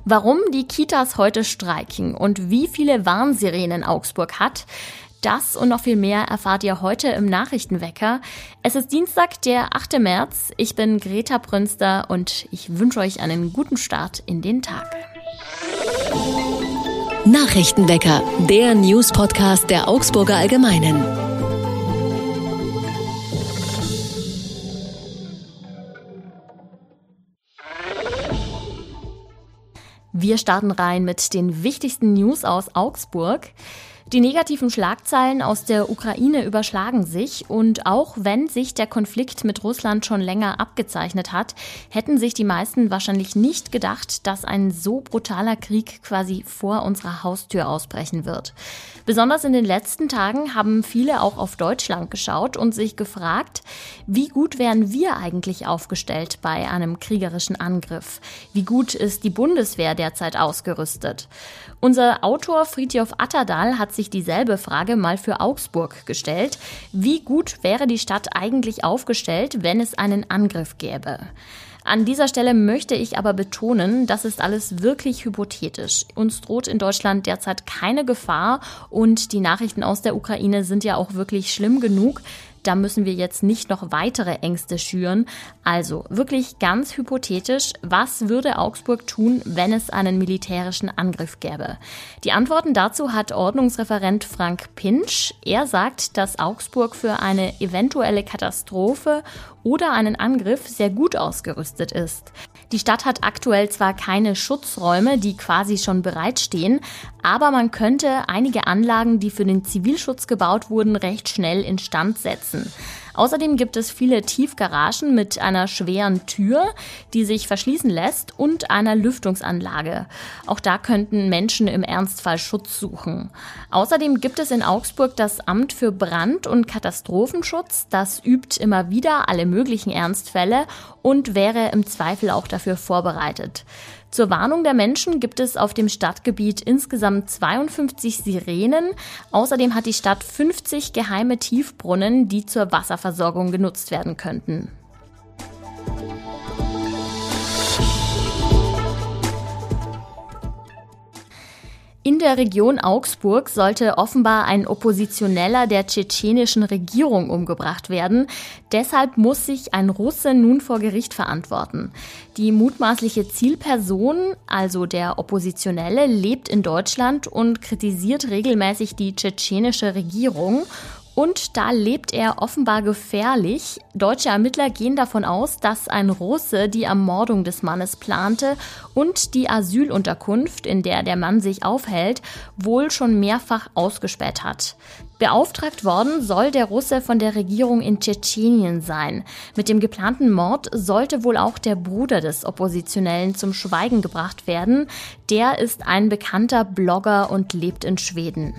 Warum die Kitas heute streiken und wie viele Warnsirenen Augsburg hat, das und noch viel mehr erfahrt ihr heute im Nachrichtenwecker. Es ist Dienstag, der 8. März. Ich bin Greta Brünster und ich wünsche euch einen guten Start in den Tag. Nachrichtenwecker, der News-Podcast der Augsburger Allgemeinen. Wir starten rein mit den wichtigsten News aus Augsburg. Die negativen Schlagzeilen aus der Ukraine überschlagen sich und auch wenn sich der Konflikt mit Russland schon länger abgezeichnet hat, hätten sich die meisten wahrscheinlich nicht gedacht, dass ein so brutaler Krieg quasi vor unserer Haustür ausbrechen wird. Besonders in den letzten Tagen haben viele auch auf Deutschland geschaut und sich gefragt, wie gut wären wir eigentlich aufgestellt bei einem kriegerischen Angriff? Wie gut ist die Bundeswehr derzeit ausgerüstet? Unser Autor Fridtjof Atterdal hat sich dieselbe Frage mal für Augsburg gestellt. Wie gut wäre die Stadt eigentlich aufgestellt, wenn es einen Angriff gäbe? An dieser Stelle möchte ich aber betonen, das ist alles wirklich hypothetisch. Uns droht in Deutschland derzeit keine Gefahr und die Nachrichten aus der Ukraine sind ja auch wirklich schlimm genug. Da müssen wir jetzt nicht noch weitere Ängste schüren. Also wirklich ganz hypothetisch, was würde Augsburg tun, wenn es einen militärischen Angriff gäbe? Die Antworten dazu hat Ordnungsreferent Frank Pintsch. Er sagt, dass Augsburg für eine eventuelle Katastrophe oder einen Angriff sehr gut ausgerüstet ist. Die Stadt hat aktuell zwar keine Schutzräume, die quasi schon bereitstehen, aber man könnte einige Anlagen, die für den Zivilschutz gebaut wurden, recht schnell instand setzen. Außerdem gibt es viele Tiefgaragen mit einer schweren Tür, die sich verschließen lässt und einer Lüftungsanlage. Auch da könnten Menschen im Ernstfall Schutz suchen. Außerdem gibt es in Augsburg das Amt für Brand- und Katastrophenschutz. Das übt immer wieder alle möglichen Ernstfälle und wäre im Zweifel auch dafür vorbereitet. Zur Warnung der Menschen gibt es auf dem Stadtgebiet insgesamt 52 Sirenen. Außerdem hat die Stadt 50 geheime Tiefbrunnen, die zur Wasserversorgung genutzt werden könnten. In der Region Augsburg sollte offenbar ein Oppositioneller der tschetschenischen Regierung umgebracht werden. Deshalb muss sich ein Russe nun vor Gericht verantworten. Die mutmaßliche Zielperson, also der Oppositionelle, lebt in Deutschland und kritisiert regelmäßig die tschetschenische Regierung. Und da lebt er offenbar gefährlich. Deutsche Ermittler gehen davon aus, dass ein Russe die Ermordung des Mannes plante und die Asylunterkunft, in der der Mann sich aufhält, wohl schon mehrfach ausgespäht hat. Beauftragt worden soll der Russe von der Regierung in Tschetschenien sein. Mit dem geplanten Mord sollte wohl auch der Bruder des Oppositionellen zum Schweigen gebracht werden. Der ist ein bekannter Blogger und lebt in Schweden.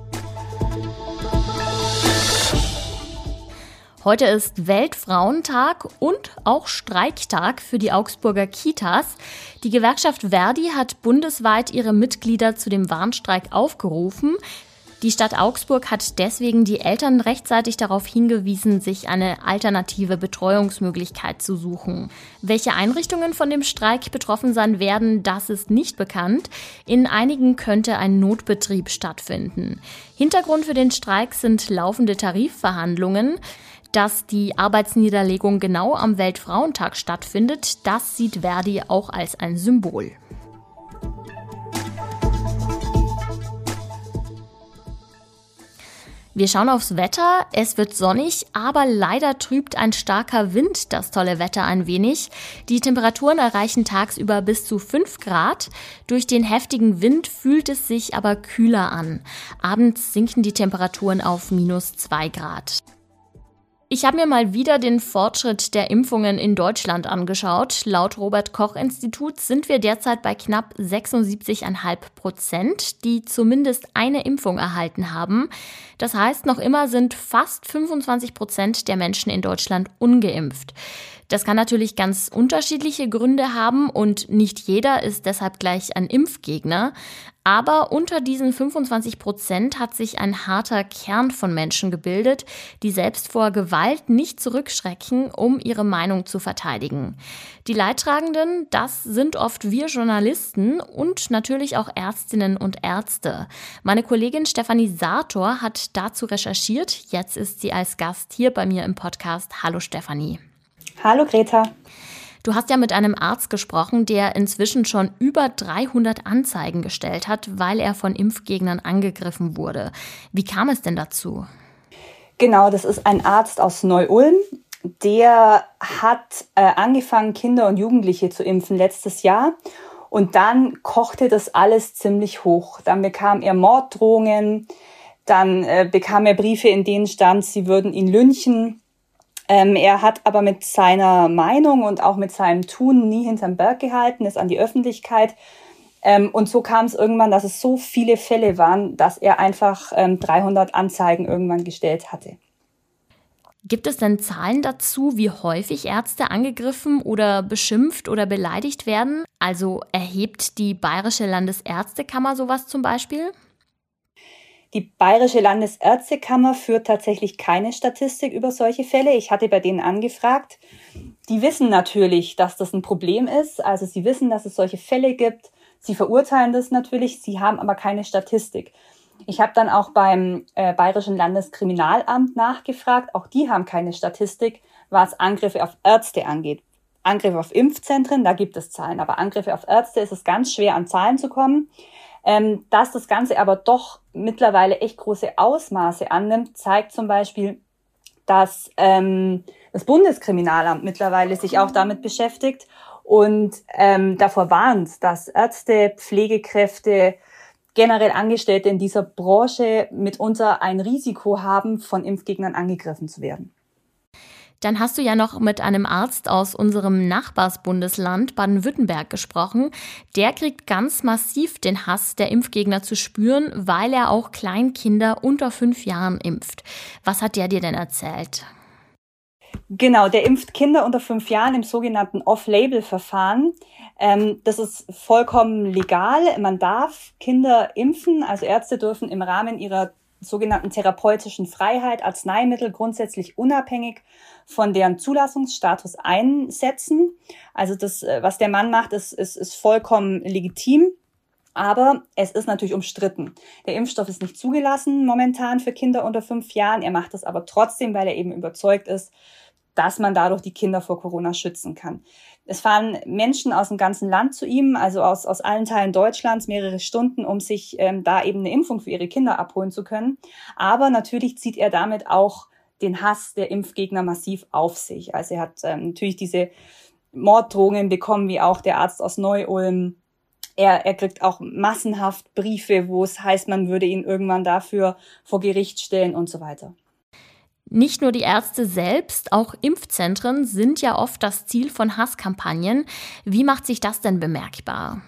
Heute ist Weltfrauentag und auch Streiktag für die Augsburger Kitas. Die Gewerkschaft ver.di hat bundesweit ihre Mitglieder zu dem Warnstreik aufgerufen. Die Stadt Augsburg hat deswegen die Eltern rechtzeitig darauf hingewiesen, sich eine alternative Betreuungsmöglichkeit zu suchen. Welche Einrichtungen von dem Streik betroffen sein werden, das ist nicht bekannt. In einigen könnte ein Notbetrieb stattfinden. Hintergrund für den Streik sind laufende Tarifverhandlungen. Dass die Arbeitsniederlegung genau am Weltfrauentag stattfindet, das sieht ver.di auch als ein Symbol. Wir schauen aufs Wetter. Es wird sonnig, aber leider trübt ein starker Wind das tolle Wetter ein wenig. Die Temperaturen erreichen tagsüber bis zu 5 Grad. Durch den heftigen Wind fühlt es sich aber kühler an. Abends sinken die Temperaturen auf -2 Grad. Ich habe mir mal wieder den Fortschritt der Impfungen in Deutschland angeschaut. Laut Robert-Koch-Institut sind wir derzeit bei knapp 76,5%, die zumindest eine Impfung erhalten haben. Das heißt, noch immer sind fast 25% der Menschen in Deutschland ungeimpft. Das kann natürlich ganz unterschiedliche Gründe haben und nicht jeder ist deshalb gleich ein Impfgegner. Aber unter diesen 25% hat sich ein harter Kern von Menschen gebildet, die selbst vor Gewalt nicht zurückschrecken, um ihre Meinung zu verteidigen. Die Leidtragenden, das sind oft wir Journalisten und natürlich auch Ärztinnen und Ärzte. Meine Kollegin Stefanie Sator hat dazu recherchiert. Jetzt ist sie als Gast hier bei mir im Podcast. Hallo Stefanie. Hallo Greta. Du hast ja mit einem Arzt gesprochen, der inzwischen schon über 300 Anzeigen gestellt hat, weil er von Impfgegnern angegriffen wurde. Wie kam es denn dazu? Genau, das ist ein Arzt aus Neu-Ulm. Der hat angefangen, Kinder und Jugendliche zu impfen letztes Jahr. Und dann kochte das alles ziemlich hoch. Dann bekam er Morddrohungen, dann bekam er Briefe, in denen stand, sie würden ihn lynchen. Er hat aber mit seiner Meinung und auch mit seinem Tun nie hinterm Berg gehalten, ist an die Öffentlichkeit. Und so kam es irgendwann, dass es so viele Fälle waren, dass er einfach 300 Anzeigen irgendwann gestellt hatte. Gibt es denn Zahlen dazu, wie häufig Ärzte angegriffen oder beschimpft oder beleidigt werden? Also erhebt die Bayerische Landesärztekammer sowas zum Beispiel? Die Bayerische Landesärztekammer führt tatsächlich keine Statistik über solche Fälle. Ich hatte bei denen angefragt. Die wissen natürlich, dass das ein Problem ist. Also sie wissen, dass es solche Fälle gibt. Sie verurteilen das natürlich. Sie haben aber keine Statistik. Ich habe dann auch beim Bayerischen Landeskriminalamt nachgefragt. Auch die haben keine Statistik, was Angriffe auf Ärzte angeht. Angriffe auf Impfzentren, da gibt es Zahlen. Aber Angriffe auf Ärzte ist es ganz schwer, an Zahlen zu kommen. Dass das Ganze aber doch mittlerweile echt große Ausmaße annimmt, zeigt zum Beispiel, dass das Bundeskriminalamt mittlerweile sich auch damit beschäftigt und davor warnt, dass Ärzte, Pflegekräfte, generell Angestellte in dieser Branche mitunter ein Risiko haben, von Impfgegnern angegriffen zu werden. Dann hast du ja noch mit einem Arzt aus unserem Nachbarsbundesland Baden-Württemberg gesprochen. Der kriegt ganz massiv den Hass der Impfgegner zu spüren, weil er auch Kleinkinder unter 5 Jahren impft. Was hat der dir denn erzählt? Genau, der impft Kinder unter 5 Jahren im sogenannten Off-Label-Verfahren. Das ist vollkommen legal. Man darf Kinder impfen, also Ärzte dürfen im Rahmen ihrer sogenannten therapeutischen Freiheit Arzneimittel grundsätzlich unabhängig von deren Zulassungsstatus einsetzen. Also das, was der Mann macht, ist vollkommen legitim. Aber es ist natürlich umstritten. Der Impfstoff ist nicht zugelassen momentan für Kinder unter 5 Jahren. Er macht das aber trotzdem, weil er eben überzeugt ist, dass man dadurch die Kinder vor Corona schützen kann. Es fahren Menschen aus dem ganzen Land zu ihm, also aus allen Teilen Deutschlands, mehrere Stunden, um sich da eben eine Impfung für ihre Kinder abholen zu können. Aber natürlich zieht er damit auch den Hass der Impfgegner massiv auf sich. Also er hat natürlich diese Morddrohungen bekommen, wie auch der Arzt aus Neu-Ulm. Er kriegt auch massenhaft Briefe, wo es heißt, man würde ihn irgendwann dafür vor Gericht stellen und so weiter. Nicht nur die Ärzte selbst, auch Impfzentren sind ja oft das Ziel von Hasskampagnen. Wie macht sich das denn bemerkbar?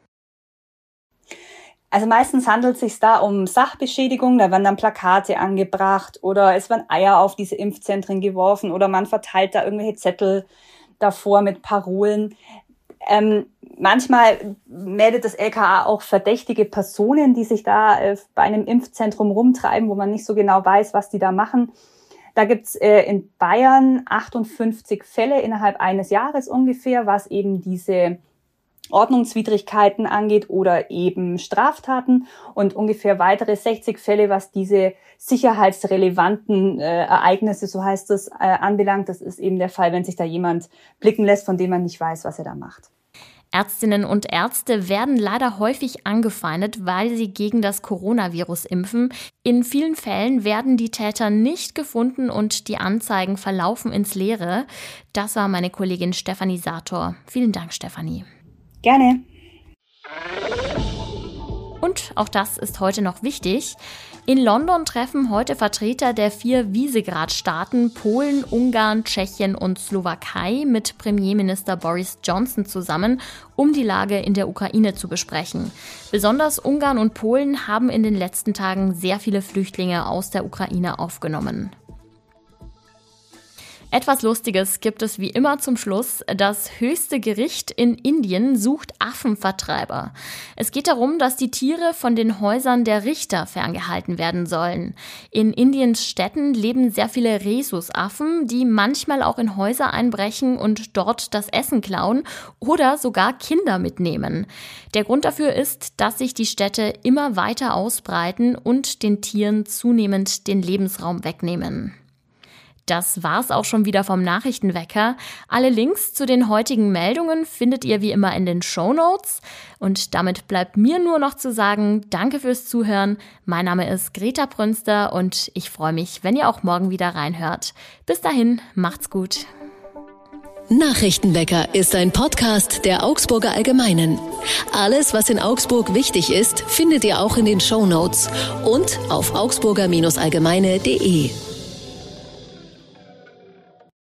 Also meistens handelt es sich da um Sachbeschädigung, da werden dann Plakate angebracht oder es werden Eier auf diese Impfzentren geworfen oder man verteilt da irgendwelche Zettel davor mit Parolen. Manchmal meldet das LKA auch verdächtige Personen, die sich da bei einem Impfzentrum rumtreiben, wo man nicht so genau weiß, was die da machen. Da gibt's in Bayern 58 Fälle innerhalb eines Jahres ungefähr, was eben diese Ordnungswidrigkeiten angeht oder eben Straftaten und ungefähr weitere 60 Fälle, was diese sicherheitsrelevanten Ereignisse, so heißt es, anbelangt. Das ist eben der Fall, wenn sich da jemand blicken lässt, von dem man nicht weiß, was er da macht. Ärztinnen und Ärzte werden leider häufig angefeindet, weil sie gegen das Coronavirus impfen. In vielen Fällen werden die Täter nicht gefunden und die Anzeigen verlaufen ins Leere. Das war meine Kollegin Stefanie Sator. Vielen Dank, Stefanie. Gerne. Und auch das ist heute noch wichtig. In London treffen heute Vertreter der 4 Visegrad-Staaten Polen, Ungarn, Tschechien und Slowakei mit Premierminister Boris Johnson zusammen, um die Lage in der Ukraine zu besprechen. Besonders Ungarn und Polen haben in den letzten Tagen sehr viele Flüchtlinge aus der Ukraine aufgenommen. Etwas Lustiges gibt es wie immer zum Schluss. Das höchste Gericht in Indien sucht Affenvertreiber. Es geht darum, dass die Tiere von den Häusern der Richter ferngehalten werden sollen. In Indiens Städten leben sehr viele Rhesusaffen, die manchmal auch in Häuser einbrechen und dort das Essen klauen oder sogar Kinder mitnehmen. Der Grund dafür ist, dass sich die Städte immer weiter ausbreiten und den Tieren zunehmend den Lebensraum wegnehmen. Das war's auch schon wieder vom Nachrichtenwecker. Alle Links zu den heutigen Meldungen findet ihr wie immer in den Shownotes. Und damit bleibt mir nur noch zu sagen, danke fürs Zuhören. Mein Name ist Greta Brünster und ich freue mich, wenn ihr auch morgen wieder reinhört. Bis dahin, macht's gut. Nachrichtenwecker ist ein Podcast der Augsburger Allgemeinen. Alles, was in Augsburg wichtig ist, findet ihr auch in den Shownotes und auf augsburger-allgemeine.de.